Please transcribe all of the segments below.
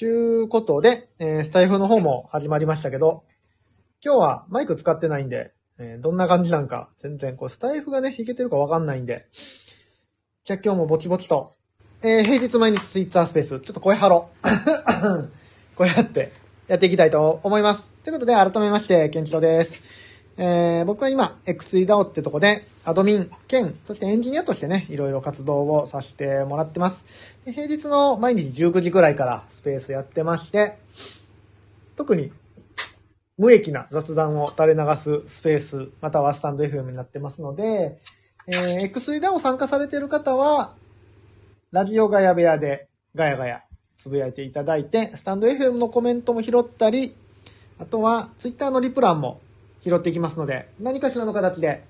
ちゅうことで、スタイフの方も始まりましたけど、今日はマイク使ってないんで、どんな感じなんか、全然スタイフがね、弾けてるかわかんないんで、じゃあ今日もぼちぼちと、平日毎日ツイッタースペース、ちょっと声張ろう。声張ってやっていきたいと思います。ということで、改めまして、ケンチロです。僕は今、XEDAO ってとこで、アドミン兼、そしてエンジニアとしてね、いろいろ活動をさせてもらってます。で平日の毎日19時くらいからスペースやってまして、特に無益な雑談を垂れ流すスペース、またはスタンド FM になってますので、XEDAO 参加されている方は、ラジオガヤ部屋でガヤガヤつぶやいていただいて、スタンド FM のコメントも拾ったり、あとは Twitter のリプランも拾っていきますので、何かしらの形で、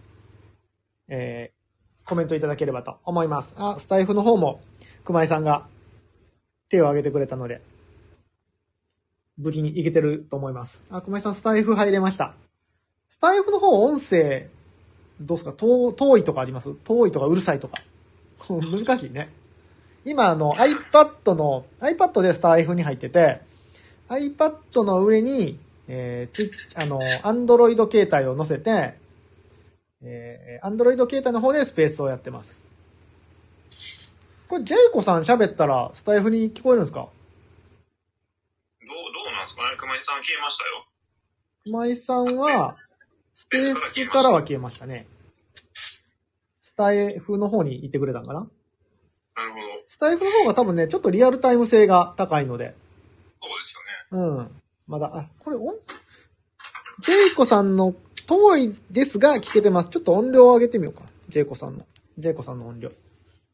コメントいただければと思います。スタイフの方も熊井さんが手を挙げてくれたので、無事にいけてると思います。熊井さんスタイフ入れました。スタイフの方音声、どうすか遠いとかあります？遠いとかうるさいとか。難しいね。今iPad でスタイフに入ってて、iPad の上に、Android 携帯を載せて、Android 携帯の方でスペースをやってます。これ、ジェイコさん喋ったらスタイフに聞こえるんですか？ どうなんですかね。熊井さん消えましたよ。 熊井さんは、スペースからは消えましたね。スタイフの方にいてくれたんかな？ なるほど。 スタイフの方が多分ね、ちょっとリアルタイム性が高いので。 そうですよね。 うん。まだ、これジェイコさんの遠いですが聞けてます。ちょっと音量を上げてみようか。ジェイコさんの音量。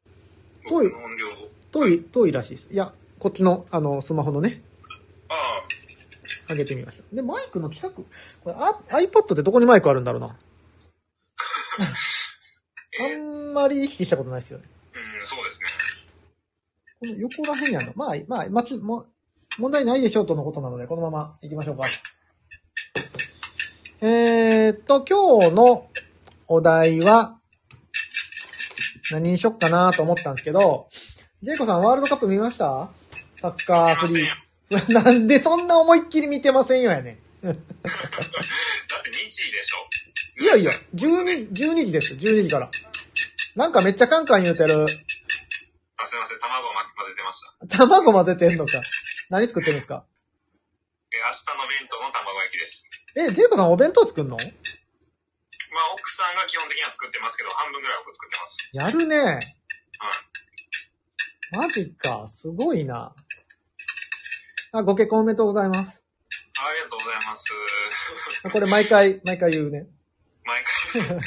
遠いらしいです。いや、こっちの、スマホのね。上げてみました。で、マイクの近く、これ、iPad ってどこにマイクあるんだろうな。あんまり意識したことないですよね。 そうですね。 この横ら辺にあるの。問題ないでしょうとのことなので、このまま行きましょうか。今日のお題は、何にしよっかなと思ったんですけど、ジェイコさんワールドカップ見ました？サッカーフリー。なんでそんな思いっきり見てませんよやねん。だって 2時でしょ？ いやいや、12時ですよ、12時から。なんかめっちゃカンカン言うてる。 すいません、卵混ぜてました。 卵混ぜてんのか。何作ってるんですか？ 明日の弁当の卵焼きです。 ジェイコさんお弁当作んの？ 奥さんが基本的には作ってますけど、半分ぐらい僕作ってます。 やるね。 うん。 マジか、すごいな。ご結婚おめでとうございます。 ありがとうございます。 これ毎回言うね。 毎回。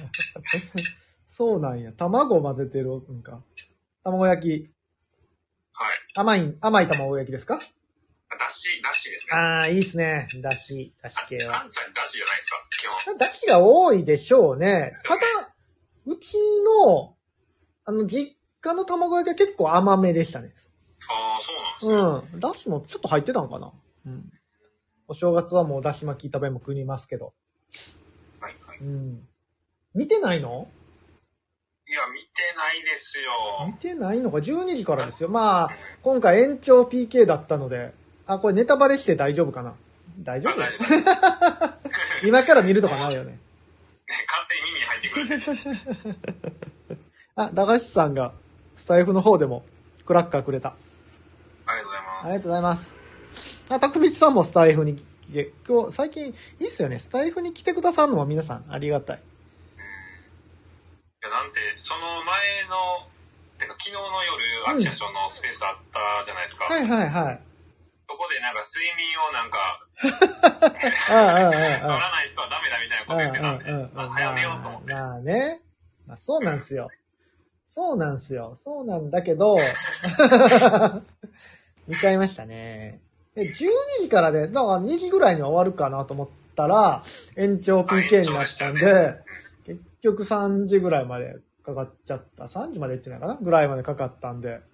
そうなんや。卵混ぜてるんか。卵焼き。 はい。 甘い卵焼きですか？ だしですね。 いいっすね。だし系は。 関西だしじゃないですか、基本。 だしが多いでしょうね。ただ、うちの、実家の卵焼きは結構甘めでしたね。 そうなんですね。 だしもちょっと入ってたのかな。お正月はもうだし巻き食べも食いますけど。 はいはい。 見てないの？ いや、見てないですよ。 見てないのか、12時からですよ。今回延長 PK だったので、これネタバレして大丈夫かな？大丈夫？今から見るとかないよね。 勝手に耳に入ってくる。 駄菓子さんがスタイフの方でもクラッカーくれた。 ありがとうございます。 ありがとうございます。徳光さんもスタイフに来て、今日最近いいっすよね。スタイフに来てくださるのも皆さんありがたい。 なんて、その前の、昨日の夜、秋社長のスペースあったじゃないですか。 はいはいはい。 そこで睡眠を取らない人はダメだみたいなこと言ってたんで、早寝ようと思って。 ね。そうなんですよ。そうなんだけど、見ちゃいましたね。12時からで、だから2時ぐらいには終わるかなと思ったら、延長 PK になったんで、結局3時ぐらいまでかかっちゃった。3時まで行ってないかなぐらいまでかかったんで。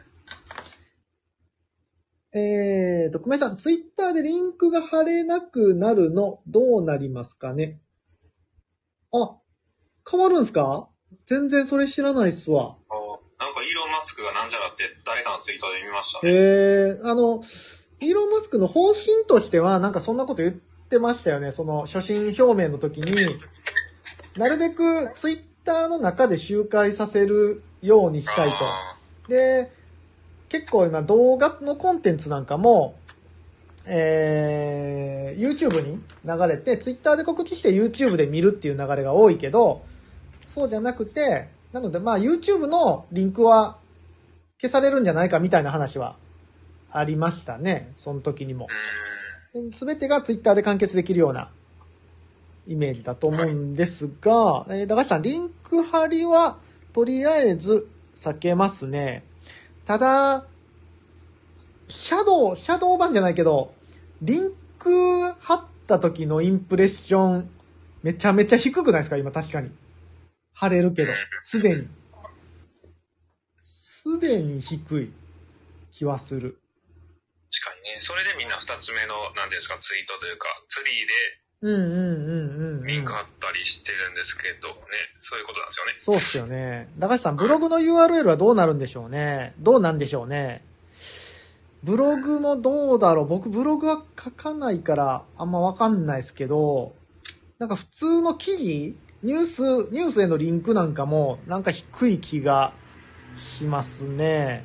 久米さん、ツイッターでリンクが貼れなくなるの、どうなりますかね？変わるんすか？全然それ知らないっすわ。 なんかイーロン・ママスクがなんじゃらって誰かのツイートで見ましたね。 イーロン・マスクの方針としては、なんかそんなこと言ってましたよね。その、所信表明の時に、なるべくツイッターの中で周回させるようにしたいと。で、結構今動画のコンテンツなんかも、YouTube に流れて、Twitter で告知して YouTube で見るっていう流れが多いけど、そうじゃなくて、なのでまあ YouTube のリンクは消されるんじゃないかみたいな話はありましたね。その時にも。すべてが Twitter で完結できるようなイメージだと思うんですが、高橋さん、リンク貼りはとりあえず避けますね。ただ、シャドウ版じゃないけど、リンク貼った時のインプレッション、めちゃめちゃ低くないですか今確かに。貼れるけど、すでに低い気はする。 確かにね。それでみんな二つ目の、なんていうんですか、ツイートというか、ツリーで、リンク貼ったりしてるんですけどね。そういうことなんですよね。 そうっすよね。高橋さん、ブログの URL はどうなるんでしょうね。どうなんでしょうね。ブログもどうだろう。僕ブログは書かないからあんまわかんないですけど、なんか普通の記事、ニュースへのリンクなんかもなんか低い気がしますね。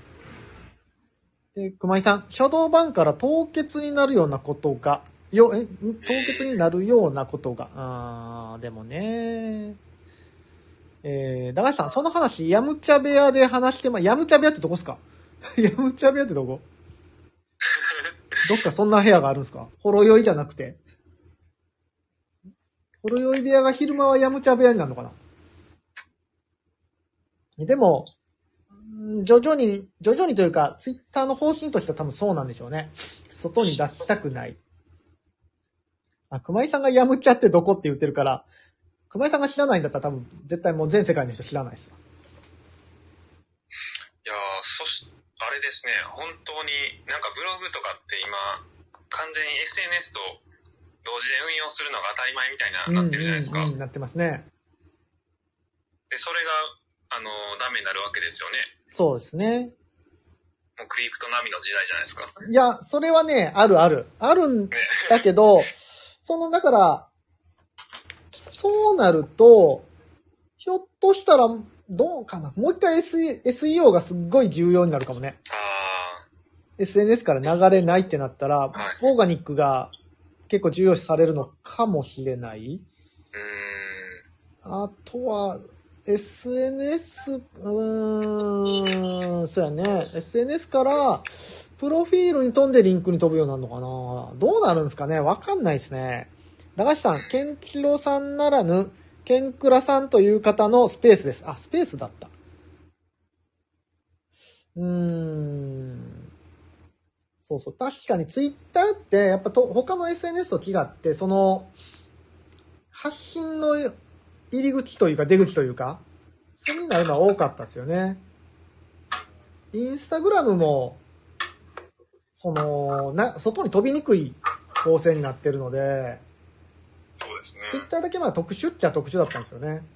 で、熊井さん、シャドーバンから凍結になるようなことが、凍結になるようなことが、でもね、高橋さん、その話、ヤムチャ部屋で話してヤムチャ部屋ってどこっすか？ヤムチャ部屋ってどこ？どっかそんな部屋があるんですか？ほろ酔いじゃなくて。ほろ酔い部屋が昼間はヤムチャ部屋になるのかな？でも、徐々にというか、ツイッターの方針としては多分そうなんでしょうね。外に出したくない。熊井さんがヤムチャってどこって言ってるから、熊井さんが知らないんだったら多分絶対もう全世界の人知らないです。 いやあれですね、本当になんかブログとかって今、完全に SNS と同時で運用するのが当たり前みたいななってるじゃないですか。 なってますね。 で、それが、ダメになるわけですよね。 そうですね。 もうクリプト並みの時代じゃないですか。 いや、それはね、あるんだけど、だから、そうなると、ひょっとしたら、どうかな。もう一回 SEO がすっごい重要になるかもね。SNS から流れないってなったら、オーガニックが結構重要視されるのかもしれない。あとは、SNS、そうやね。SNS から、プロフィールに飛んでリンクに飛ぶようになるのかな。どうなるんですかね。わかんないですね。高橋さん、ケンキロさんならぬ、ケンクラさんという方のスペースです。スペースだった。そうそう。確かにツイッターって、やっぱ他の SNS と違って、発信の入り口というか出口というか、それになるのは多かったですよね。インスタグラムも、外に飛びにくい構成になってるので、 そうですね。 ツイッターだけ特殊っちゃ特殊だったんですよね。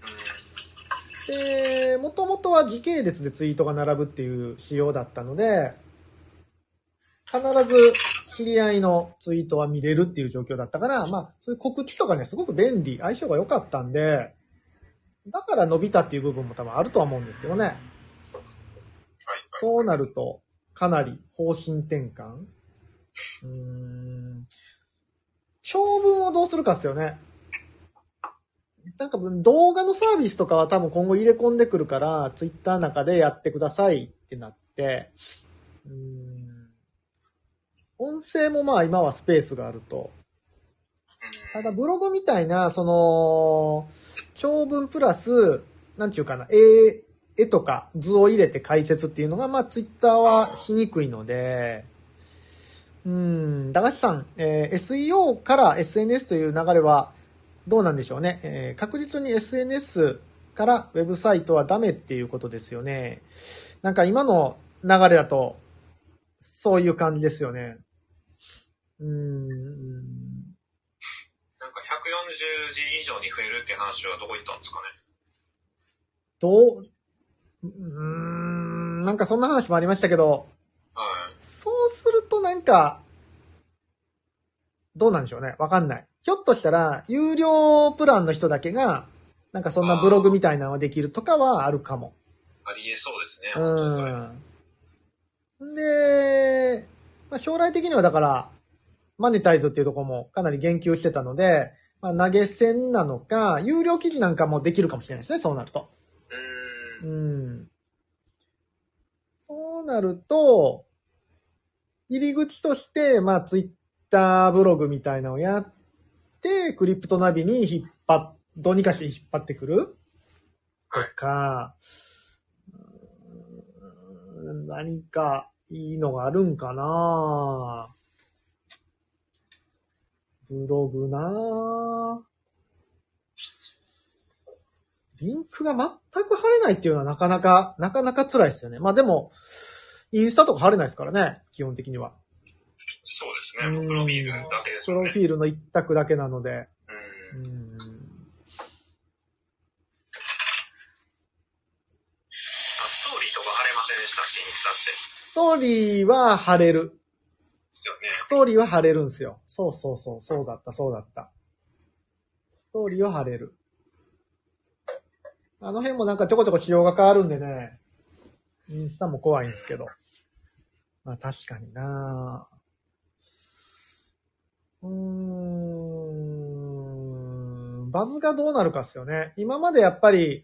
で、もともとは時系列でツイートが並ぶっていう仕様だったので、必ず知り合いのツイートは見れるっていう状況だったから、そういう告知とかね、すごく便利、相性が良かったんで、だから伸びたっていう部分も多分あるとは思うんですけどね。そうなると、かなり方針転換。長文をどうするかですよね。なんか動画のサービスとかは多分今後入れ込んでくるから、ツイッターの中でやってくださいってなって、音声も今はスペースがあると。ただブログみたいな、長文プラス、なんていうかな、絵とか図を入れて解説っていうのが、ツイッターはしにくいので、高橋さん、SEO から SNS という流れはどうなんでしょうね。確実に SNS からウェブサイトはダメっていうことですよね。なんか今の流れだと、そういう感じですよね。 なんか140字以上に増えるっていう話はどこ行ったんですかね。 なんかそんな話もありましたけど、 はい。 そうするとなんか、どうなんでしょうね。わかんない。ひょっとしたら、有料プランの人だけが、なんかそんなブログみたいなのができるとかはあるかも。 ありえそうですね。本当にそれ。 で、まあ、将来的にはだから、マネタイズっていうところもかなり言及してたので、まあ、投げ銭なのか、有料記事なんかもできるかもしれないですね、そうなると。そうなると、入り口として、まあ、ツイッターブログみたいなのをやって、クリプトナビにどうにかして引っ張ってくるとか、何かいいのがあるんかな。ブログな。リンクが全く貼れないっていうのはなかなか辛いですよね。まあでも、インスタとか貼れないですからね、基本的には。 そうですね。プロフィールだけですプよね。 ロフィールの一択だけなので。 ストーリーとか貼れませんでしたっけ、インスタって。 ストーリーは貼れる。 ですよね。 ストーリーは貼れるんですよ。そうだった。ストーリーは貼れる。あの辺もなんかちょこちょこ仕様が変わるんでね、インスタも怖いんですけど。まあ確かにな。バズがどうなるかっすよね。今までやっぱり、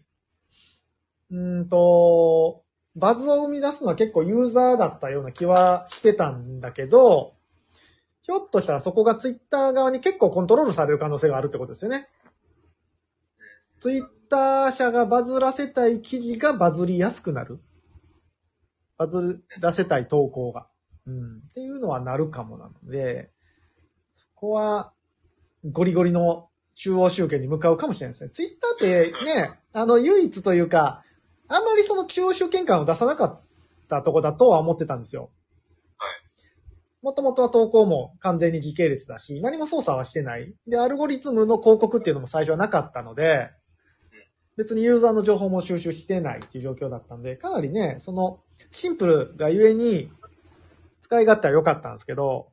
バズを生み出すのは結構ユーザーだったような気はしてたんだけど、ひょっとしたらそこがツイッター側に結構コントロールされる可能性があるってことですよね。ツイッター社がバズらせたい記事がバズりやすくなる。バズらせたい投稿が。っていうのはなるかもなので、そこはゴリゴリの中央集権に向かうかもしれないですね。ツイッターってね、唯一というか、あんまりその中央集権感を出さなかったとこだとは思ってたんですよ。 はい。 もともとは投稿も完全に時系列だし、何も操作はしてない。で、アルゴリズムの広告っていうのも最初はなかったので、別にユーザーの情報も収集してないっていう状況だったんで、かなりね、そのシンプルがゆえに使い勝手は良かったんですけど、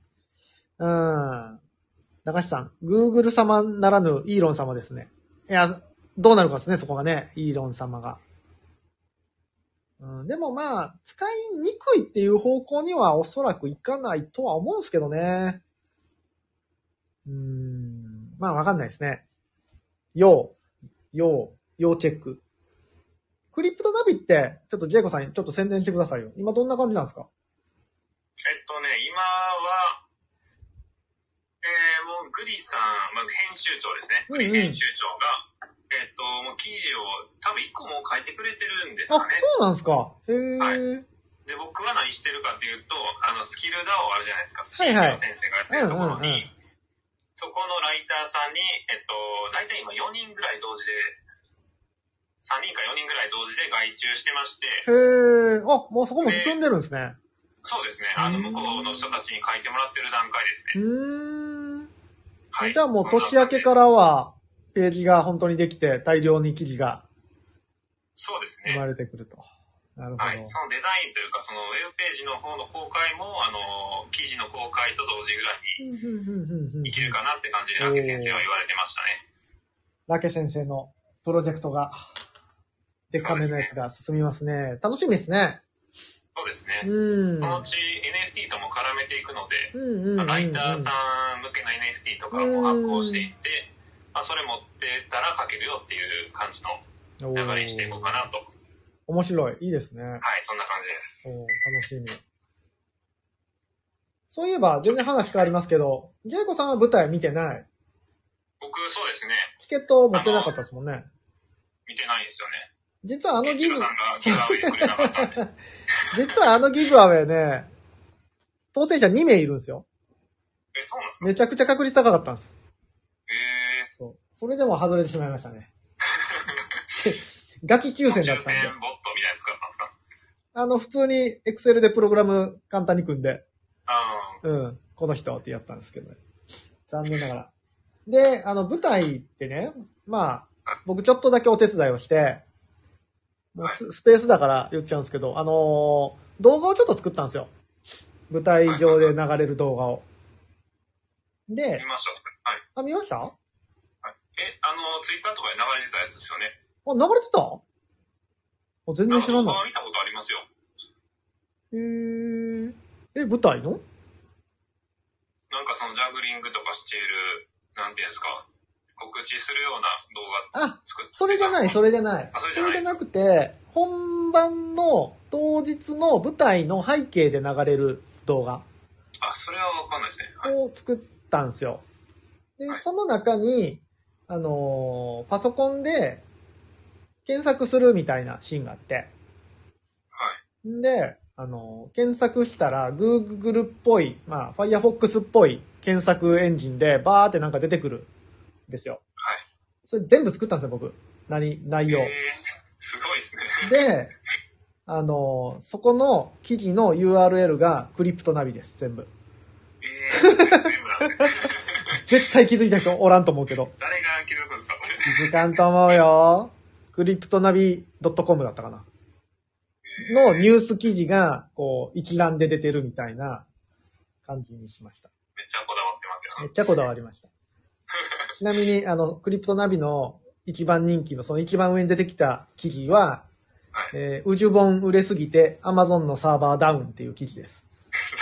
中橋さん、Google 様ならぬイーロン様ですね。いや、どうなるかですね、そこがね、イーロン様が。でもまあ、使いにくいっていう方向にはおそらくいかないとは思うんですけどね。まあわかんないですね。要チェック。クリプトナビって、ちょっとジェイコさんちょっと宣伝してくださいよ。今どんな感じなんですか？ 今は、もうグリさん、編集長ですね。グリ編集長が、もう記事を多分1個もう書いてくれてるんですかね。 そうなんですか。へー。 はい。で、僕は何してるかっていうと、スキル DAO あるじゃないですか。新一郎先生がやってるところに、そこのライターさんに、大体今4人ぐらい同時で、3人か4人ぐらい同時で外注してまして。 へー。もうそこも進んでるんですね。 そうですね。向こうの人たちに書いてもらってる段階ですね。 はい。じゃあもう年明けからは、ページが本当にできて、大量に記事がそうですね。 生まれてくると。なるほど。 はい。そのデザインというか、そのウェブページの方の公開も、記事の公開と同時ぐらいにいけるかなって感じで、ラケ先生は言われてましたね。 ラケ先生のプロジェクトが、でっかめのやつが進みますね。楽しみですね。 そうですね。そのうち NFT とも絡めていくので、ライターさん向けの NFT とかも発行していって、それ持ってたら書けるよっていう感じの流れにしていこうかなと。 面白い。いいですね。はい、 そんな感じです。 楽しみ。そういえば、全然話変わりますけど、ジェイコさんは舞台見てない？ 僕、そうですね。 チケット持ってなかったですもんね。 見てないんですよね。 実はギブさんがギブアウェイくれなかったんで。 実はギブアウェイね、当選者2名いるんですよ。 そうなんですか？ めちゃくちゃ確率高かったんです。そう。それでも外れてしまいましたね。ガキ抽選だったんで。抽選ボットみたいなの使ったんですか？普通に Excel でプログラム簡単に組んで、この人ってやったんですけどね。残念ながら。で、舞台ってね、まあ、僕ちょっとだけお手伝いをして、 もうスペースだから言っちゃうんですけど、動画をちょっと作ったんですよ。舞台上で流れる動画を。で、 見ました。はい。 あ、見ました？ はい。ツイッターとかで流れてたやつですよね。 あ、流れてた？全然知らない。 動画は見たことありますよ。 舞台の？ なんかそのジャグリングとかしている、なんていうんですか、告知するような動画作って。 それじゃない。 それじゃなくて、本番の当日の舞台の背景で流れる動画。 それはわかんないですね。はい、 を作ったんですよ。で、 はい、 その中に、パソコンで検索するみたいなシーンがあって。 はい。 で、検索したら Google っぽい、Firefox っぽい検索エンジンでバーってなんか出てくるんですよ。 はい。 それ全部作ったんですよ、僕。内容。 すごいですね。 で、そこの記事の URL がクリプトナビです、全部。 全部なんで絶対気づいた人おらんと思うけど。 誰が気づくんですか、それ。 気づかんと思うよ。クリプトナビ .com だったかな。のニュース記事が、一覧で出てるみたいな感じにしました。 めっちゃこだわってますよ。 めっちゃこだわりました。ちなみに、クリプトナビの一番人気の、その一番上に出てきた記事は、 はい、 ウジュボン売れすぎて Amazon のサーバーダウンっていう記事です。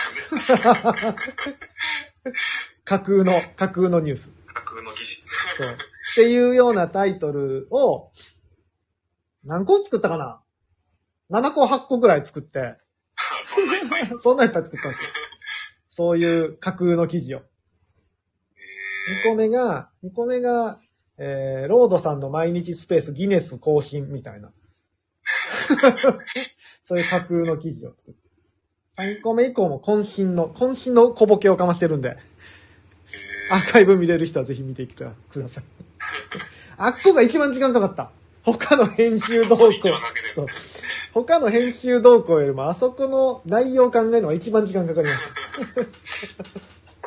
架空のニュース。 架空の記事。 そう。っていうようなタイトルを、何個作ったかな？ 7 個8個ぐらい作って。 そんないっぱいそんないっぱい作ったんですよ。そういう架空の記事を。2個目が、ロードさんの毎日スペースギネス更新みたいな。そういう架空の記事を作って。3個目以降も渾身の小ボケをかましてるんで、アーカイブ見れる人はぜひ見てください。あっこが一番時間かかった。他の編集動向。他の編集動向よりもあそこの内容を考えるのが一番時間かかりました。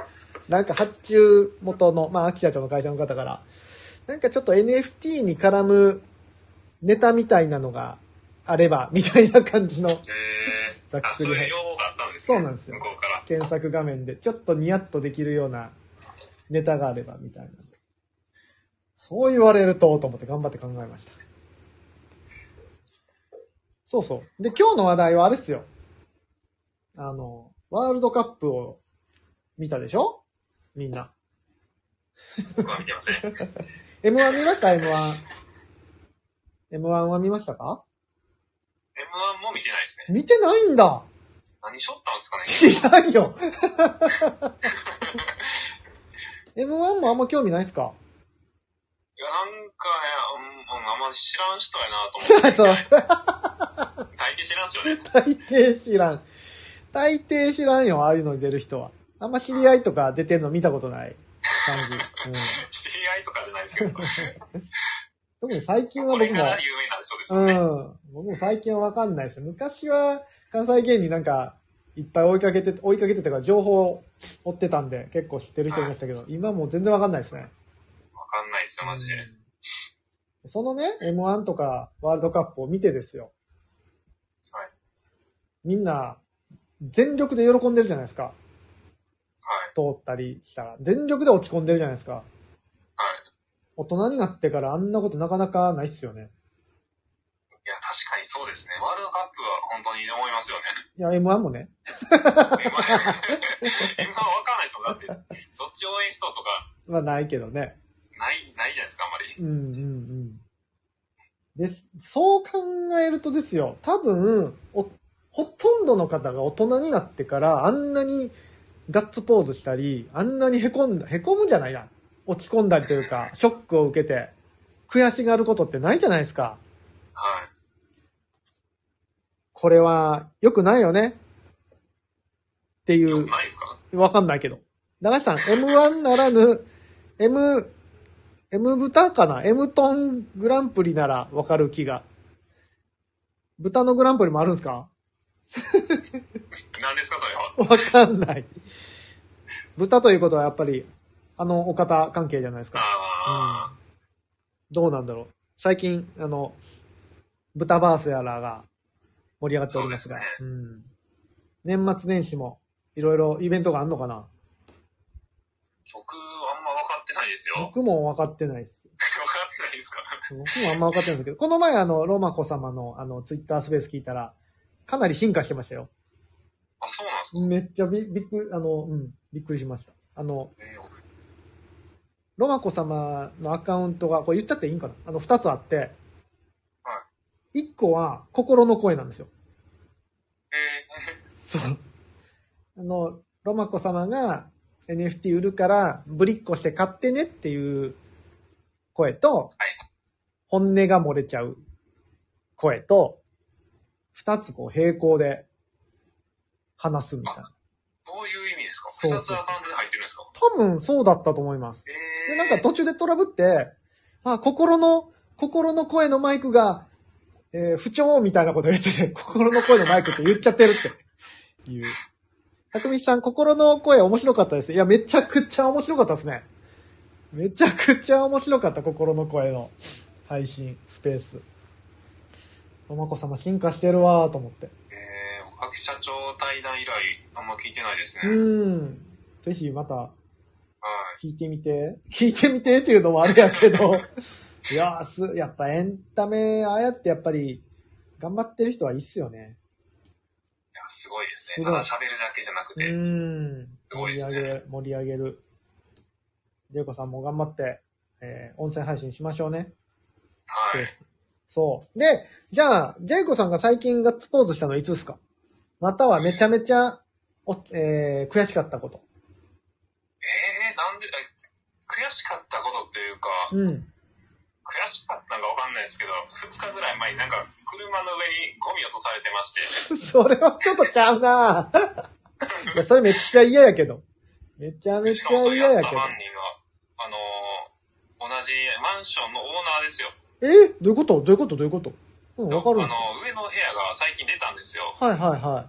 なんか発注元の、秋社長の会社の方から、なんかちょっと NFT に絡むネタみたいなのがあれば、みたいな感じの。 ざっくり。そういう要望があったんですね。そうなんですよ。 向こうから。 検索画面でちょっとニヤッとできるようなネタがあれば、みたいな。そう言われると思って頑張って考えました。そうそう。で、今日の話題はあれっすよ。ワールドカップを見たでしょ？みんな。 僕は見てません。 M1 見ました？ M1 は見ましたか？ M1 も見てないですね。 見てないんだ。 何しょったんですかね。 知らんよ。M1 もあんま興味ないっすか？ いや、なんか、あんま知らん人やなと思って。そう。大抵知らんすよね。 大抵知らんよ、ああいうのに出る人は。あんま知り合いとか出てるの見たことない感じ。 知り合いとかじゃないですけど。 特に最近は僕も。 これから有名な人ですよね。 僕も最近はわかんないです。昔は関西芸人なんかいっぱい追いかけてたから情報を追ってたんで結構知ってる人いましたけど、今もう全然わかんないですね。 わかんないですよ、マジで。 そのね、M1 とかワールドカップを見てですよ。 はい。 みんな全力で喜んでるじゃないですか。 はい。 通ったりしたら。全力で落ち込んでるじゃないですか。 はい。 大人になってからあんなことなかなかないっすよね。 いや、確かにそうですね。ワールドカップは本当に思いますよね。 いや、M1 もね。 M1 わかんないですよ。だって、どっち応援しとうとか。 ないけどね。 ないじゃないですか、あんまり。 です。そう考えるとですよ。多分、ほとんどの方が大人になってからあんなにガッツポーズしたり、あんなにへこむじゃないな。落ち込んだりというか、ショックを受けて、悔しがることってないじゃないですか。 はい。 これは、良くないよね。っていう。 良くないですか？ わかんないけど。長橋さん、M1 ならぬ、M 豚かな？ M トングランプリならわかる気が。豚のグランプリもあるんですか？ 何ですか、それは。 わかんない。豚ということはやっぱり、お方関係じゃないですか。どうなんだろう。最近、 豚バースやらが盛り上がっておりますが。 そうですね。 うん。年末年始もいろいろイベントがあんのかな？ 僕、あんま分かってないですよ。 僕も分かってないです。 分かってないですか？ 僕もあんま分かってないんですけど、この前ロマコ様のツイッタースペース聞いたら、かなり進化してましたよ。 あ、そうなんですか？ めっちゃびっくり、びっくりしました。ロマコ様のアカウントが、これ言っちゃっていいんかな？二つあって、 は一個は心の声なんですよ。そう。ロマコ様が NFT 売るからぶりっこして買ってねっていう声と、本音が漏れちゃう声と、二つこう並行で話すみたいな。 どういう意味ですか？ そう二つアカウントで入ってるんですか？ 多分そうだったと思います。で、なんか途中でトラブって、心の声のマイクが、不調みたいなこと言ってて、心の声のマイクって言っちゃってるっていう。たくみさん、心の声面白かったです。いや、めちゃくちゃ面白かったですね。めちゃくちゃ面白かった、心の声の配信、スペース。ともこ様進化してるわーと思って。 秋社長対談以来、あんま聞いてないですね。 ぜひまた、聞いてみて。聞いてみてっていうのもあれやけど。いやーやっぱエンタメ、ああやってやっぱり、頑張ってる人はいいっすよね。 いや、すごいですね。ただ喋るだけじゃなくて。すごいですね。 盛り上げる。ジェイコさんも頑張って、音声配信しましょうね。 はい。 そう。で、じゃあ、ジェイコさんが最近ガッツポーズしたのいつですか？またはめちゃめちゃ、悔しかったこと。 なんで、悔しかったことっていうか、悔しかったのかわかんないですけど、2日ぐらい前になんか車の上にゴミ落とされてまして。 それはちょっとちゃうなぁ。いや、それめっちゃ嫌やけど。めちゃめちゃ嫌やけど。しかもそれやった犯人が、同じマンションのオーナーですよ。 どういうこと？わかるんですか？ 上の部屋が最近出たんですよ。 はいはいはい。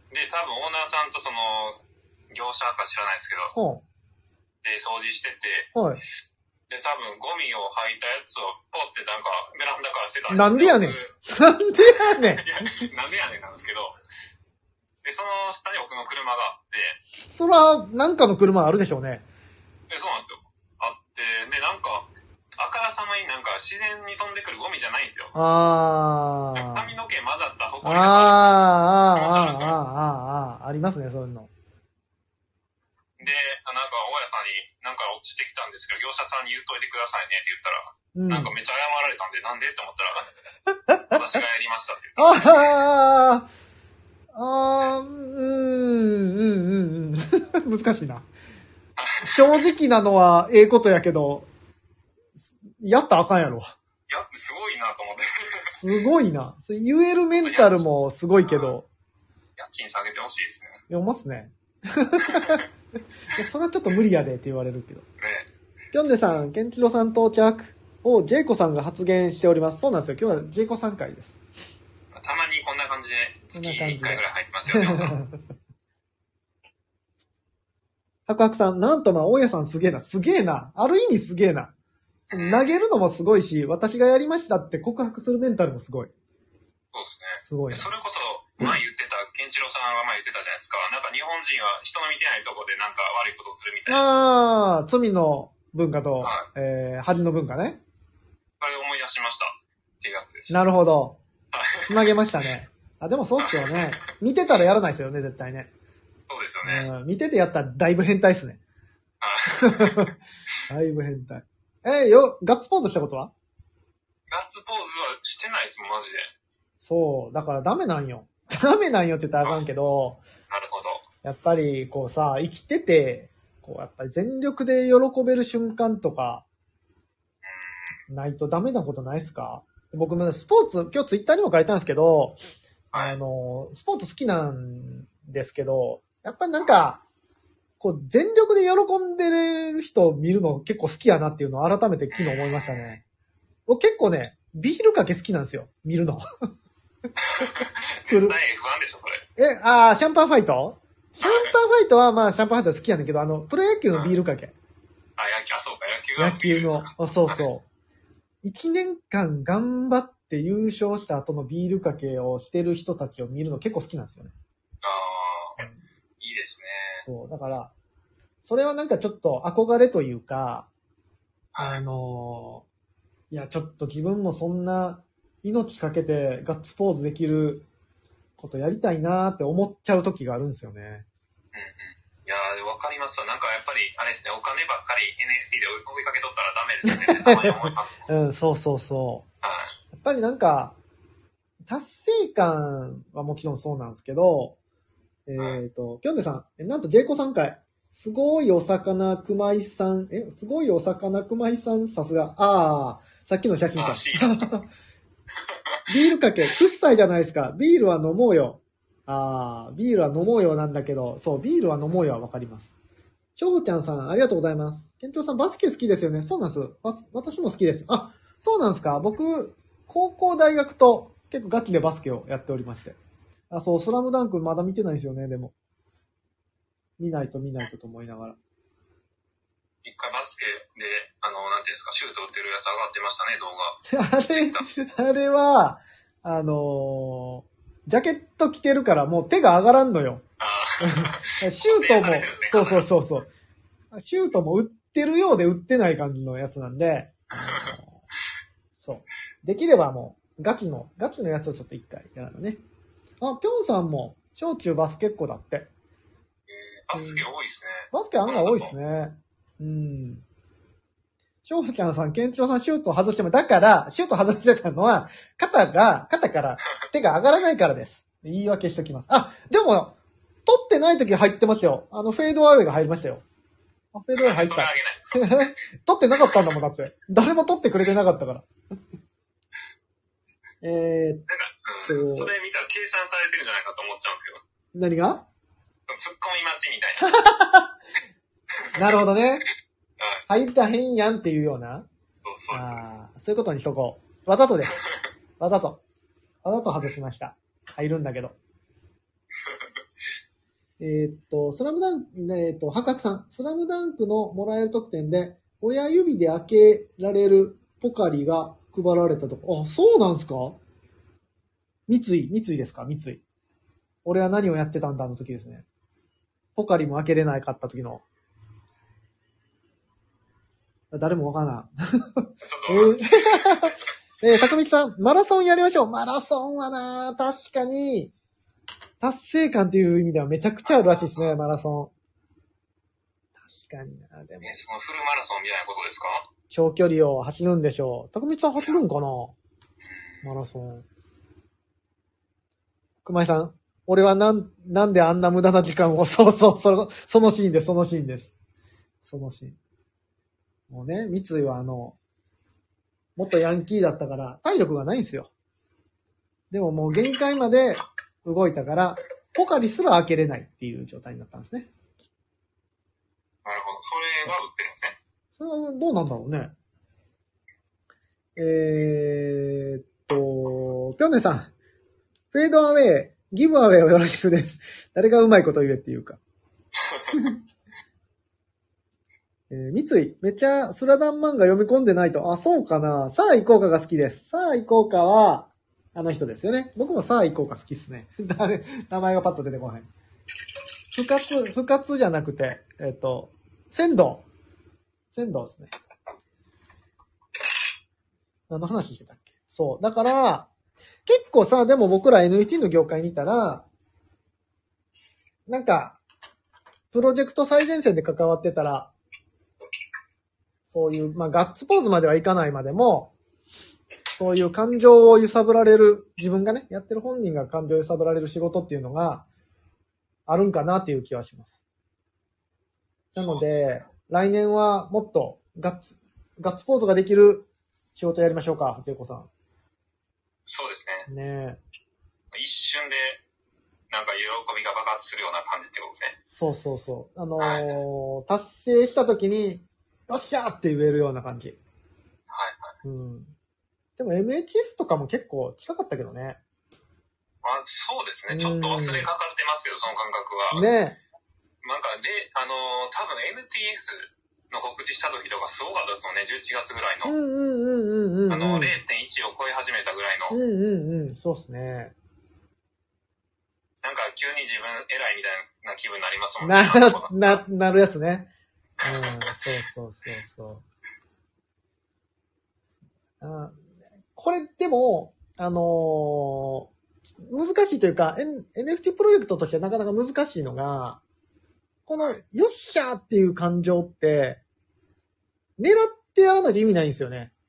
で、多分オーナーさんとその、業者か知らないですけど、で、掃除してて、で、多分ゴミを吐いたやつをポッてなんかベランダからしてたんですよ。 なんでやねんなんでやねんいや、なんでやねんなんですけど、で、その下に僕の車があって、 そら、なんかの車あるでしょうね。 そうなんですよ。あって、で、なんか、あからさまになんか自然に飛んでくるゴミじゃないんですよ。髪の毛混ざったホコリとかありますね、そういうの。 で、なんか大家さんになんか落ちてきたんですけど、業者さんに言っといてくださいねって言ったら、なんかめっちゃ謝られたんで、なんでって思ったら、私がやりましたって言って。難しいな。正直なのはええことやけど、やったらあかんやろ。 すごいなと思って。 すごいな。言えるメンタルもすごいけど。 家賃下げてほしいですね。 読ますね。それはちょっと無理やでって言われるけど。きょんねさん、ケンチロさん到着。ジェイコさんが発言しております。そうなんですよ。今日はジェイコさん会です。 たまにこんな感じで月1回ぐらい入ってますよ、ジョンさん。 ハクハクさん、なんと大家さんすげえな。すげえな。ある意味すげえな。投げるのもすごいし、私がやりましたって告白するメンタルもすごい。 そうですね。 すごい。 それこそ、前言ってた、ケンチロさんが前言ってたじゃないですか。なんか日本人は人の見てないとこでなんか悪いことするみたいな。 罪の文化と、恥の文化ね。 あれ思い出しました。っていうやつです。 なるほど。つなげましたね。でもそうっすよね。見てたらやらないですよね、絶対ね。 そうですよね。 見ててやったらだいぶ変態っすね。だいぶ変態。ガッツポーズしたことは？ ガッツポーズはしてないですもん、マジで。 そう。だからダメなんよ。ダメなんよって言ったらあかんけど。 なるほど。 やっぱり、こうさ、生きてて、やっぱり全力で喜べる瞬間とか、ないとダメなことないっすか？僕もスポーツ、今日ツイッターにも書いたんですけど、スポーツ好きなんですけど、やっぱりなんか、全力で喜んでる人を見るの結構好きやなっていうのを改めて昨日思いましたね。僕結構ね、ビールかけ好きなんですよ。見るの。 絶対不安でしょ、それ。 シャンパンファイト？シャンパンファイトはシャンパンファイト好きやねんけど、プロ野球のビールかけ。 そうか、野球の。そうそう。1年間頑張っって優勝した後のビールかけをしてる人たちを見るの結構好きなんですよね。 ああ、いいですね。 そう。だから、それはなんかちょっと憧れというか、 はい。 いや、ちょっと自分もそんな命かけてガッツポーズできることやりたいなーって思っちゃう時があるんですよね。 うんうん。いやー、わかりますわ。なんかやっぱり、あれですね、お金ばっかり NFT で追いかけとったらダメですねってたまに思いますもん。 うん、そうそうそう。 はい。 やっぱりなんか、達成感はもちろんそうなんですけど、ぴょんでさん、なんと J コ3回、すごいお魚熊井さん、すごいお魚熊井さん、さすが、さっきの写真か。ビールかけ、くっさいじゃないですか。ビールは飲もうよ。ビールは飲もうよなんだけど、そう、ビールは飲もうよはわかります。しょうちゃんさん、ありがとうございます。けんちょうさん、バスケ好きですよね。そうなんです。私も好きです。あ、そうなんですか。僕、高校大学と結構ガチでバスケをやっておりまして。そう、スラムダンクまだ見てないんですよね、でも。見ないとと思いながら。 一回バスケで、なんていうんですか、シュート打ってるやつ上がってましたね、動画。 あれは、ジャケット着てるからもう手が上がらんのよ。シュートも、そう。シュートも打ってるようで打ってない感じのやつなんで、そう。できればもう、ガチのやつをちょっと一回やらなね。ぴょんさんも、小中バスケっ子だって。 バスケ多いですね。 バスケ案外多いですね。うん。しょうちゃんさん、ケンチロさんシュート外しても、だから、シュート外してたのは、肩から手が上がらないからです。言い訳しときます。でも、取ってない時入ってますよ。フェードアウェイが入りましたよ。フェードアウェイ入った。取ってなかったんだもん、だって。誰も取ってくれてなかったから。 それ見たら計算されてるんじゃないかと思っちゃうんですけど。 何が？ ツッコミ待ちみたいな。 なるほどね。入ったへんやんっていうような。そういうことにしとこう。わざとです。わざと外しました。入るんだけど。スラムダンク、ハカクさん。スラムダンクのもらえる特典で、親指で開けられるポカリが配られたとこ。そうなんすか？三井ですか？三井。俺は何をやってたんだの時ですね。ポカリも開けれないかった時の。誰もわからん。たくみさん、マラソンやりましょう。マラソンはな、確かに、達成感っていう意味ではめちゃくちゃあるらしいですね、マラソン。確かにな、でも。 そのフルマラソンみたいなことですか？ 長距離を走るんでしょう。たくみさん走るんかな？マラソン。熊井さん、俺はなんであんな無駄な時間を、そのシーンです。そのシーン。もうね、三井は元ヤンキーだったから体力がないんですよ。でももう限界まで動いたから、ポカリすら開けれないっていう状態になったんですね。 なるほど。それが売ってるんですね。 それはどうなんだろうね。ぴょんねさん。フェードアウェイ、ギブアウェイをよろしくです。誰がうまいこと言えっていうか。三井、めっちゃスラダン漫画読み込んでないと、そうかな。さあ行こうかが好きです。さあ行こうかは、あの人ですよね。僕もさあ行こうか好きっすね。名前がパッと出てこない。不活じゃなくて、仙道ですね。何の話してたっけ？そう。だから、結構さ、でも僕ら N1 の業界にいたら、なんか、プロジェクト最前線で関わってたら、そういう、ガッツポーズまではいかないまでも、そういう感情を揺さぶられる、自分がね、やってる本人が感情を揺さぶられる仕事っていうのがあるんかなっていう気はします。なので、来年はもっとガッツポーズができる仕事やりましょうか、ジェイコさん。 そうですね。 ねえ。一瞬で、なんか喜びが爆発するような感じってことですね。 そう。達成した時に、よっしゃーって言えるような感じ。 はいはい。 でも MHS とかも結構近かったけどね。 そうですね。ちょっと忘れかかってますよ、その感覚は。 ね。 なんかで、多分 NTS の告知した時とかすごかったですよね、11月ぐらいの。0.1 を超え始めたぐらいの。 そうっすね。 なんか急に自分偉いみたいな気分になりますもんね。 なるやつね。そう。これでも、難しいというか、NFT プロジェクトとしてなかなか難しいのが、この、よっしゃーっていう感情って、狙ってやらないと意味ないんですよね。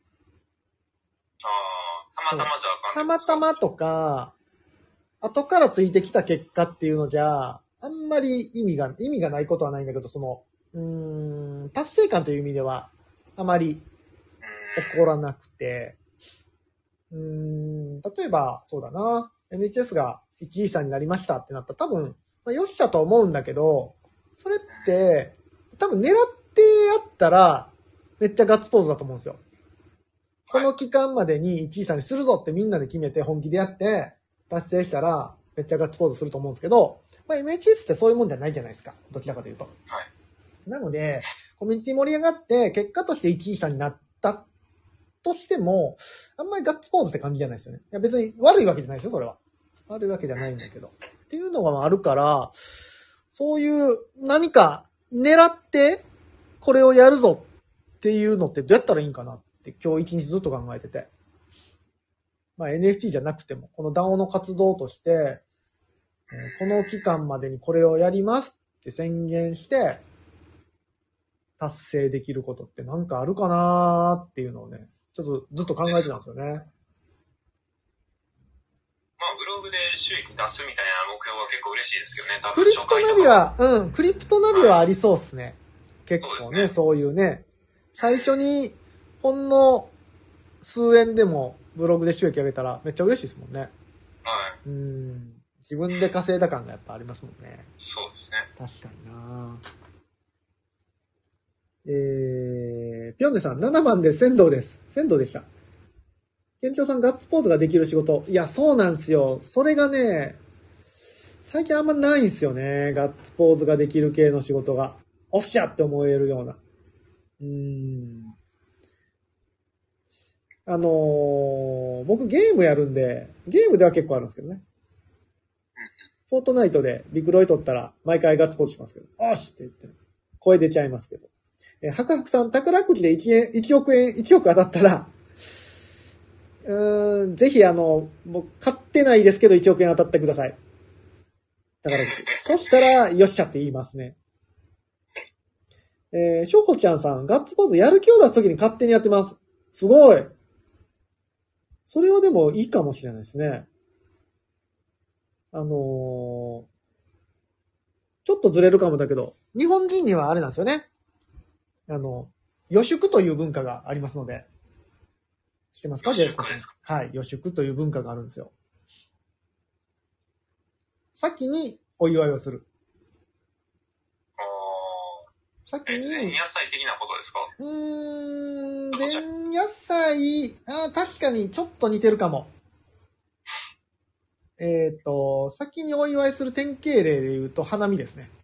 たまたまじゃあかんない。 たまたまとか、後からついてきた結果っていうのじゃ、あんまり意味がないことはないんだけど、達成感という意味では、あまり起こらなくて、例えば、そうだな、NHS が1位さんになりましたってなったら多分、よっしゃと思うんだけど、それって、多分狙ってやったら、めっちゃガッツポーズだと思うんですよ。この期間までに1位さんにするぞってみんなで決めて本気でやって、達成したら、めっちゃガッツポーズすると思うんですけど、MHS ってそういうもんじゃないじゃないですか。どちらかというと。 はい。 なので、コミュニティ盛り上がって、結果として1位さんになったとしても、あんまりガッツポーズって感じじゃないですよね。いや別に悪いわけじゃないですよ、それは。悪いわけじゃないんだけど。っていうのがあるから、そういう何か狙ってこれをやるぞっていうのってどうやったらいいんかなって今日一日ずっと考えてて。NFT じゃなくても、この DAO の活動として、この期間までにこれをやりますって宣言して、達成できることってなんかあるかなーっていうのをね、ちょっとずっと考えてたんですよね。 ブログで収益出すみたいな目標は結構嬉しいですけどね、多分クリプトナビは、クリプトナビはありそうっすね。結構ね、そういうね。最初に、ほんの数円でもブログで収益上げたらめっちゃ嬉しいですもんね。 はい。 自分で稼いだ感がやっぱありますもんね。 そうですね。 確かになぴょんねさん、7番で仙道です。仙道でした。県庁さんガッツポーズができる仕事。いや、そうなんですよ。それがね、最近あんまないんですよね。ガッツポーズができる系の仕事が。おっしゃって思えるような。僕ゲームやるんで、ゲームでは結構あるんですけどね。フォートナイトでビクロイ取ったら毎回ガッツポーズしますけど、おしって言って、声出ちゃいますけど。ハクハクさん、宝くじで1億当たったら、ぜひ僕買ってないですけど1億円当たってください。宝くじ。そしたら、よっしゃって言いますね。しょうほちゃんさん、ガッツポーズやる気を出すときに勝手にやってます。すごい。それはでもいいかもしれないですね。ちょっとずれるかもだけど、日本人にはあれなんですよね。予祝という文化がありますので。知ってますか？ 予祝ですか？ はい、予祝という文化があるんですよ。先にお祝いをする。先に。 前夜祭的なことですか？ 前夜祭、確かにちょっと似てるかも。先にお祝いする典型例で言うと花見ですね。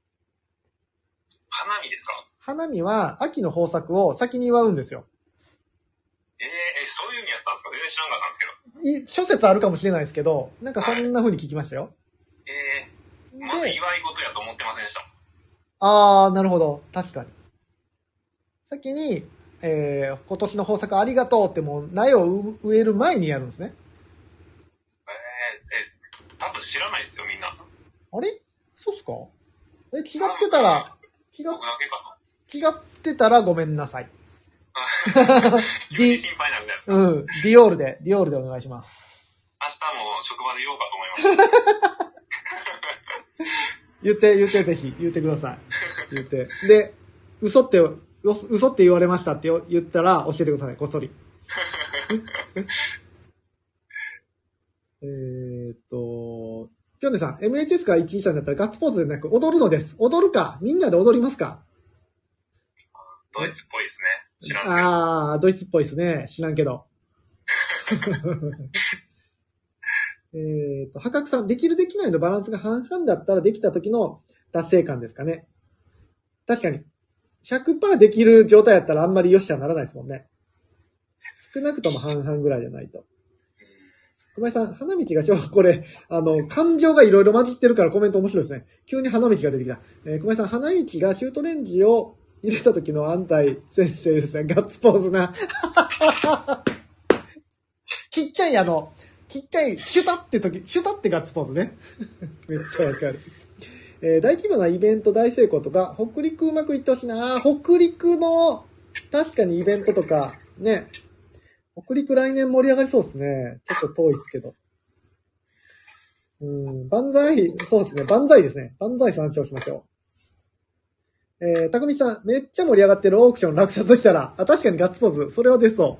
花見ですか？ 花見は秋の豊作を先に祝うんですよ。 そういう意味やったんですか？全然知らなかったんですけど。 諸説あるかもしれないですけど、なんかそんな風に聞きましたよ。 まず祝い事やと思ってませんでした。 なるほど。確かに。先に、今年の豊作ありがとうってもう苗を植える前にやるんですね。 多分知らないですよ、みんな。 あれ？そうっすか？違ってたら、 僕だけかな。違ってたらごめんなさい。 急に心配になるじゃないですか。 ディオールでお願いします。 明日も職場で言おうかと思いました。 言って、ぜひ、言ってください。言って。で、嘘って言われましたって言ったら教えてください、こっそり。ぴょんねさん、MHS が1位さんだったらガッツポーズでなく踊るのです。踊るか？みんなで踊りますか？ ドイツっぽいですね。知らんけど。 ドイツっぽいですね。知らんけど。破格さん、できるできないのバランスが半々だったらできた時の達成感ですかね。確かに。 100% できる状態やったらあんまりよっしゃならないですもんね。少なくとも半々ぐらいじゃないと。熊井さん、花道がこれ、感情がいろいろ混じってるからコメント面白いですね。急に花道が出てきた。熊井さん、花道がシュートレンジを入れた時の安泰先生ですね。ガッツポーズな。ちっちゃいシュタってガッツポーズね。めっちゃわかる。大規模なイベント大成功とか、北陸うまくいってほしいな。北陸の、確かにイベントとか、ね。北陸来年盛り上がりそうですね。ちょっと遠いですけど。万歳、そうですね。万歳ですね。万歳参照しましょう。たくみさん、めっちゃ盛り上がってるオークション落札したら、確かにガッツポーズ。それは出そう。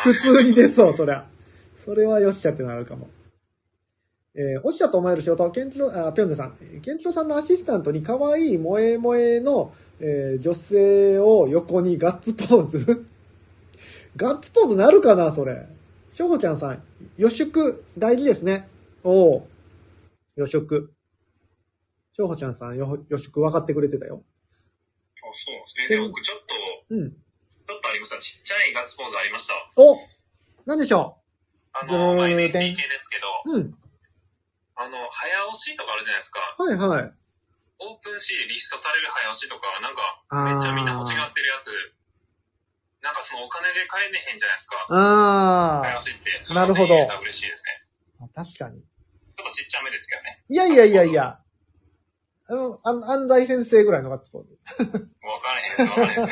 普通に出そう、そりゃ。それはよっしゃってなるかも。おっしゃと思える仕事、ぴょんねさん。ケンチロさんのアシスタントに可愛い萌え萌えの、女性を横にガッツポーズガッツポーズなるかなそれ。しょほちゃんさん、予祝大事ですね。おー。予祝。しょほちゃんさん、予祝分かってくれてたよ。 あ、そうなんですね。で、僕ちょっと、ちょっとありました。ちっちゃいガッツポーズありました。 おなんでしょう？NHK ですけど、早押しとかあるじゃないですか。 はいはい。 オープンシーでリストされる早押しとか、なんか、めっちゃみんな欲しがってるやつ、なんかそのお金で買えねへんじゃないですか。早押しって。 なるほど。 嬉しいですね。確かに。 ちょっとちっちゃめですけどね。 いや。安西先生ぐらいのガッツポーズ。 わかれへんです。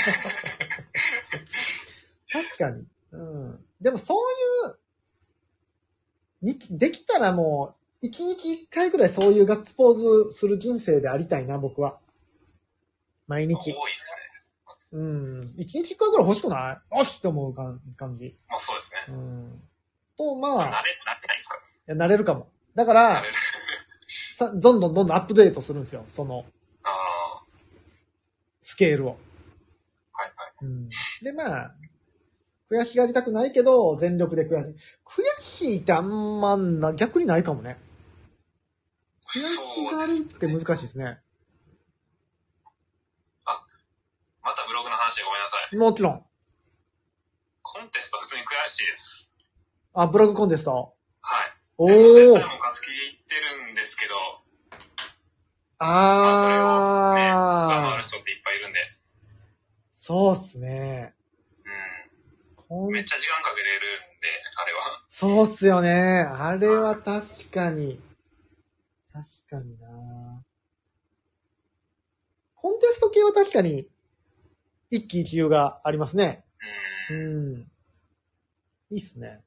確かに。でもそういう、できたらもう、1日1回ぐらいそういうガッツポーズする人生でありたいな、僕は。毎日。 多いですね。 1日1回ぐらい欲しくないよしって思う感じ。 まあそうですね。 と、まあ。 慣れないですか？ いや、慣れるかも。だから、どんどんアップデートするんですよ。その、スケールを。 はいはい。 で、まあ、悔しがりたくないけど、全力で悔しいってあんま逆にないかもね。悔しがるって難しいですね。 またブログの話でごめんなさい。 もちろん。 コンテスト普通に悔しいです。 あ、ブログコンテスト？ はい。 おー。 絶対もう勝つ気で言ってるんですけど。それをね、上回る人っていっぱいいるんで。 そうっすね。 めっちゃ時間かけれるんで、あれは。 そうっすよね。あれは確かに。確かにな。コンテスト系は確かに、一喜一憂がありますね。いいっすね。